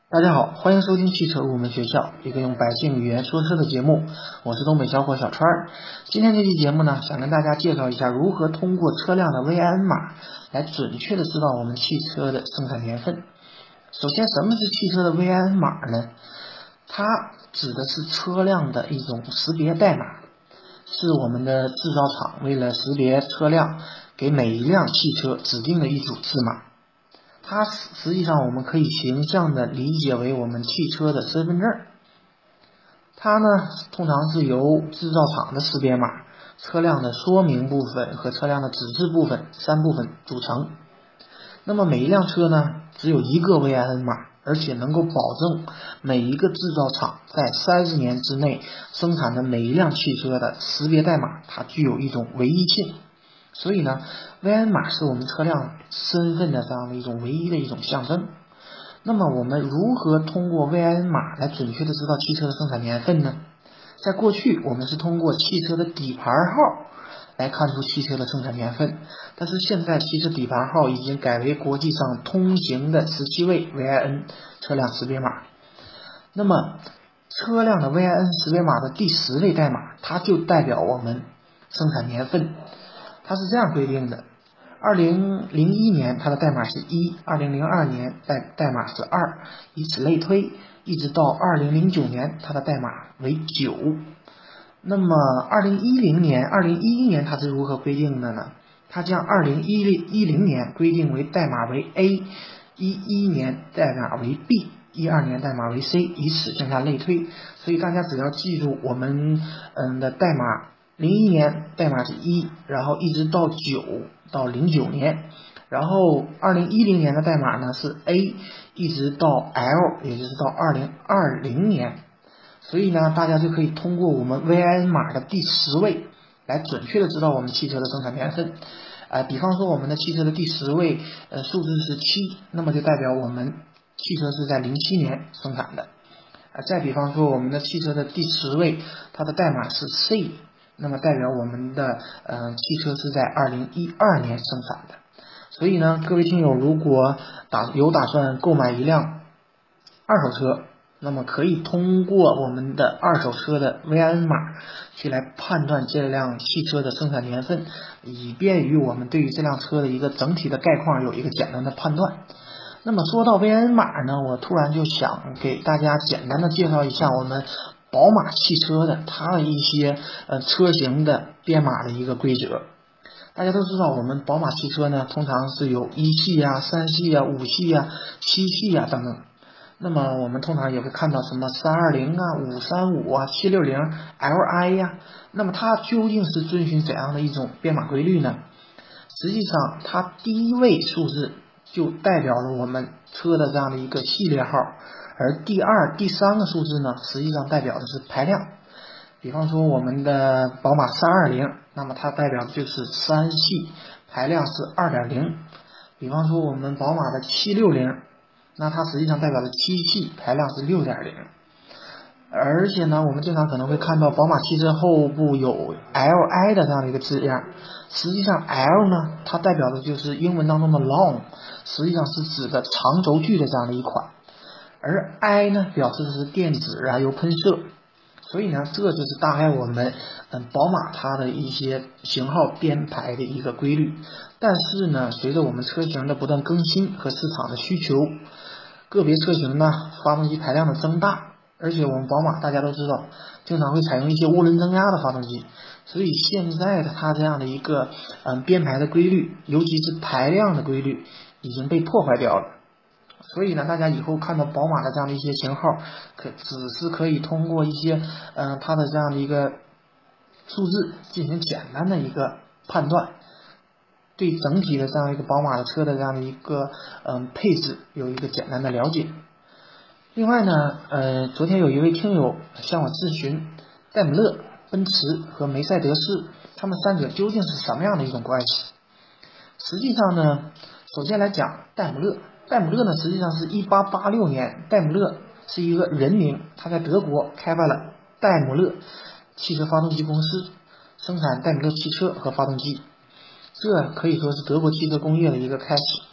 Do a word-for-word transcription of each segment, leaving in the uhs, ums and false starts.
大家好，欢迎收听汽车入门学校，一个用百姓语言说车的节目。我是东北小伙小川儿。今天这期节目呢，想跟大家介绍一下如何通过车辆的 V I N 码来准确的知道我们汽车的生产年份。首先，什么是汽车的 V I N 码呢？它指的是车辆的一种识别代码，是我们的制造厂为了识别车辆，给每一辆汽车指定的一组字码。它实际上我们可以形象的理解为我们汽车的身份证。它呢通常是由制造厂的识别码、车辆的说明部分和车辆的指示部分三部分组成。那么每一辆车呢只有一个 V I N 码，而且能够保证每一个制造厂在三十年之内生产的每一辆汽车的识别代码，它具有一种唯一性。所以呢 V I N 码是我们车辆身份的这样的一种唯一的一种象征。那么我们如何通过 V I N 码来准确的知道汽车的生产年份呢？在过去我们是通过汽车的底盘号来看出汽车的生产年份，但是现在汽车底盘号已经改为国际上通行的十七位 V I N 车辆识别码。那么车辆的 V I N 识别码的第十位代码，它就代表我们生产年份。它是这样规定的：二零零一年它的代码是一，二零零二年代代码是二，以此类推，一直到二零零九年它的代码为九。那么二零一零年、二零一一年它是如何规定的呢？它将二零一零年规定为代码为 A， 一一年代码为 B， 一二年代码为 C， 以此向下类推。所以大家只要记住我们嗯的代码，零一年代码是一，然后一直到九到零九年，然后二零一零年的代码呢是 A， 一直到 L， 也就是到二零二零年。所以呢，大家就可以通过我们 V I N 码的第十位来准确的知道我们汽车的生产年份。呃，比方说我们的汽车的第十位呃数字是七，那么就代表我们汽车是在零七年生产的。呃，再比方说我们的汽车的第十位，它的代码是 C， 那么代表我们的呃汽车是在二零一二年生产的。所以呢，各位听友如果打有打算购买一辆二手车，那么可以通过我们的二手车的 V I N 码去来判断这辆汽车的生产年份，以便于我们对于这辆车的一个整体的概况有一个简单的判断。那么说到 V I N 码呢，我突然就想给大家简单的介绍一下我们宝马汽车的它的一些呃车型的编码的一个规则。大家都知道我们宝马汽车呢通常是有一系啊、三系啊、五系啊、七系啊等等。那么我们通常也会看到什么三二零啊、五三五啊、七六零 L I 呀、啊，那么它究竟是遵循怎样的一种编码规律呢？实际上它第一位数字就代表了我们车的这样的一个系列号，而第二、第三个数字呢，实际上代表的是排量。比方说我们的宝马三二零，那么它代表的就是三系，排量是 二点零。比方说我们宝马的七六零，那它实际上代表的七系，排量是 六点零。而且呢，我们经常可能会看到宝马汽车后部有 L I 的这样的一个字样，实际上 L 呢，它代表的就是英文当中的 long， 实际上是指的长轴距的这样的一款，而 I 呢，表示的是电子燃油喷射。所以呢，这就是大概我们嗯宝马它的一些型号编排的一个规律。但是呢，随着我们车型的不断更新和市场的需求，个别车型呢发动机排量的增大，而且我们宝马大家都知道，经常会采用一些涡轮增压的发动机，所以现在的它这样的一个嗯编排的规律，尤其是排量的规律已经被破坏掉了。所以呢，大家以后看到宝马的这样的一些型号，可只是可以通过一些嗯、呃、它的这样的一个数字进行简单的一个判断，对整体的这样一个宝马的车的这样的一个嗯、呃、配置有一个简单的了解。另外呢，呃，昨天有一位听友向我咨询，戴姆勒、奔驰和梅赛德斯，他们三者究竟是什么样的一种关系？实际上呢，首先来讲戴姆勒。戴姆勒呢，实际上是一八八六年，戴姆勒是一个人名，他在德国开办了戴姆勒汽车发动机公司，生产戴姆勒汽车和发动机，这可以说是德国汽车工业的一个开始。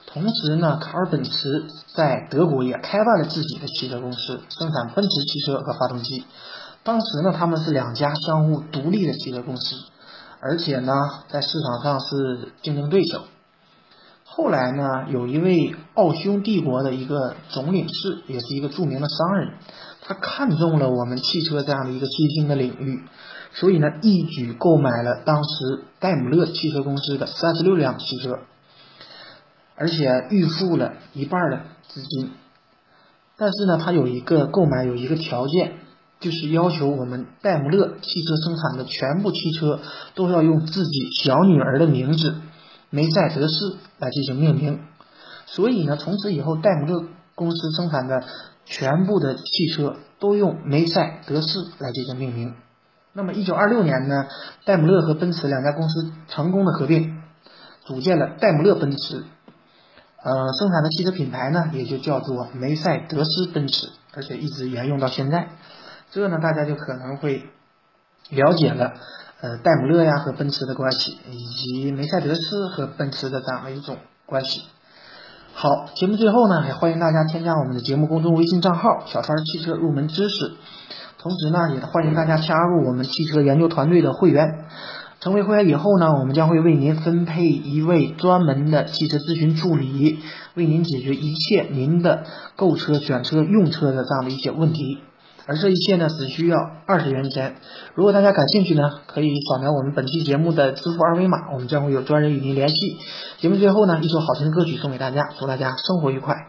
同时呢，卡尔本驰在德国也开办了自己的汽车公司，生产奔驰汽车和发动机。当时呢，他们是两家相互独立的汽车公司，而且呢，在市场上是竞争对手。后来呢，有一位奥匈帝国的一个总领事，也是一个著名的商人，他看中了我们汽车这样的一个新兴的领域，所以呢，一举购买了当时戴姆勒汽车公司的三十六辆汽车，而且预付了一半的资金。但是呢，他有一个购买有一个条件，就是要求我们戴姆勒汽车生产的全部汽车都要用自己小女儿的名字梅赛德斯来进行命名。所以呢，从此以后戴姆勒公司生产的全部的汽车都用梅赛德斯来进行命名。那么一九二六年呢，戴姆勒和奔驰两家公司成功的合并，组建了戴姆勒奔驰，呃，生产的汽车品牌呢也就叫做梅赛德斯奔驰，而且一直沿用到现在。这呢，大家就可能会了解了呃戴姆勒呀和奔驰的关系，以及梅赛德斯和奔驰的这样的一种关系。好，节目最后呢，也欢迎大家添加我们的节目公众微信账号小川汽车入门知识，同时呢，也欢迎大家加入我们汽车研究团队的会员。成为会员以后呢，我们将会为您分配一位专门的汽车咨询助理，为您解决一切您的购车、选车、用车的这样的一些问题。而这一切呢，只需要二十元钱。如果大家感兴趣呢，可以扫描我们本期节目的支付二维码，我们将会有专人与您联系。节目最后呢，一首好听的歌曲送给大家，祝大家生活愉快。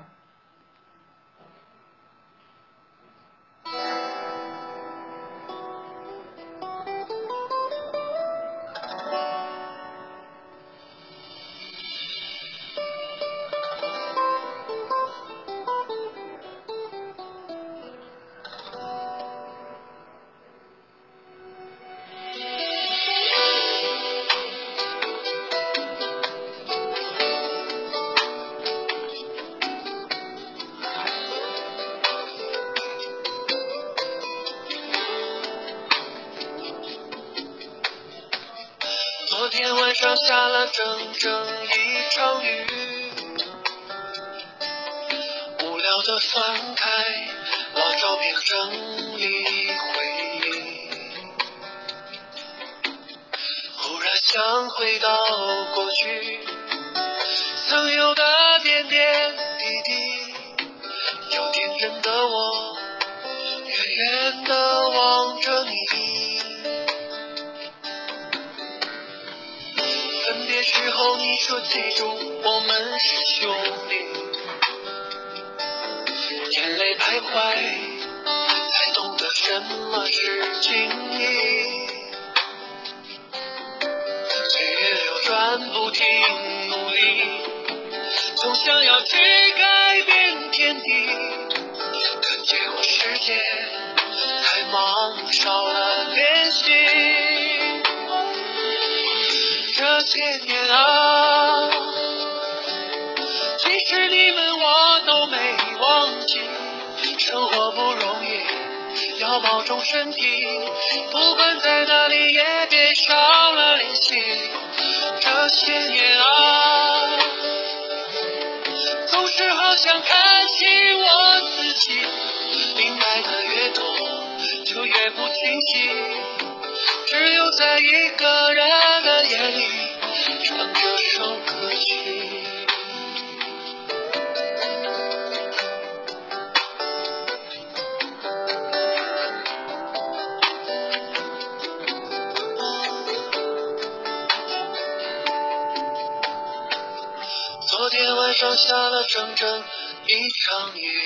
昨天晚上下了整整一场雨，无聊的翻开老照片整理回忆，忽然想回到过去曾有的点点滴滴，有天真的我远远地望着你，分别时候你说记住我们是兄弟，眼泪徘徊才懂得什么是情谊，岁月流转不停努力，总想要去改变天地，可结果世界太忙少了联系，这些年啊，其实你们我都没忘记，生活不容易，要保重身体，不管在哪里也别少了联系，这些年啊，总是好想看清我自己，明白的越多就越不清晰，只有在一个人的眼里唱这首歌曲。昨天晚上下了整整一场雨，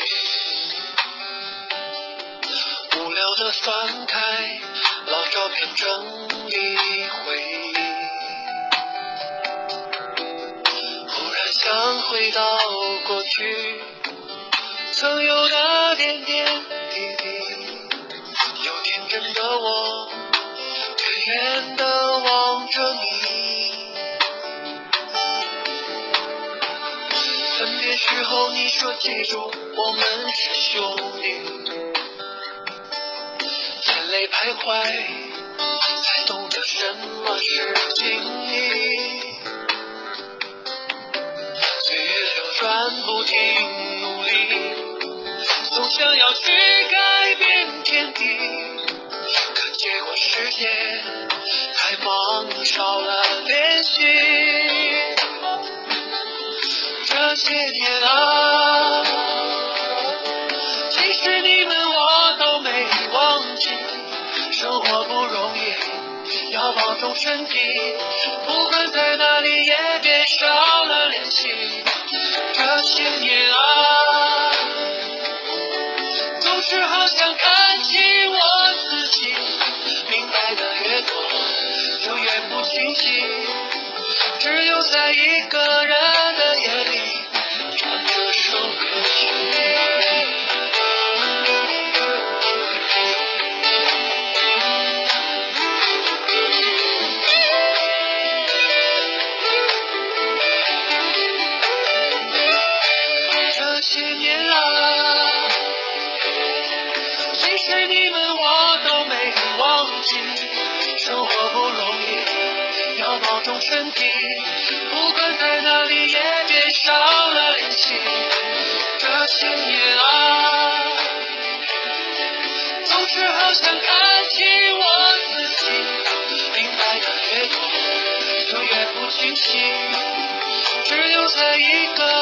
无聊的翻开老照片整理回忆，忽然想回到过去曾有的点点滴滴，有天真的我远远地望着你，分别时候你说记住我们是兄弟，眼泪徘徊才懂得什么是情谊，岁月流转不停努力，总想要去改变天地，可结果世界太忙，少了联系。这些年啊，其实你们我都没忘记，生活不容易，要保重身体，不管在哪里也别少了联系。这些年啊，总是好想看清我自己，明白的越多就越不清晰，只有在一个人的夜里唱这首歌曲。这些年啊，其实你们我都没忘记，生活不容易，要保重身体，不管在哪里也别少了联系。这些年啊，总是好想看清我自己，明白的越多就越不清晰，只有在一个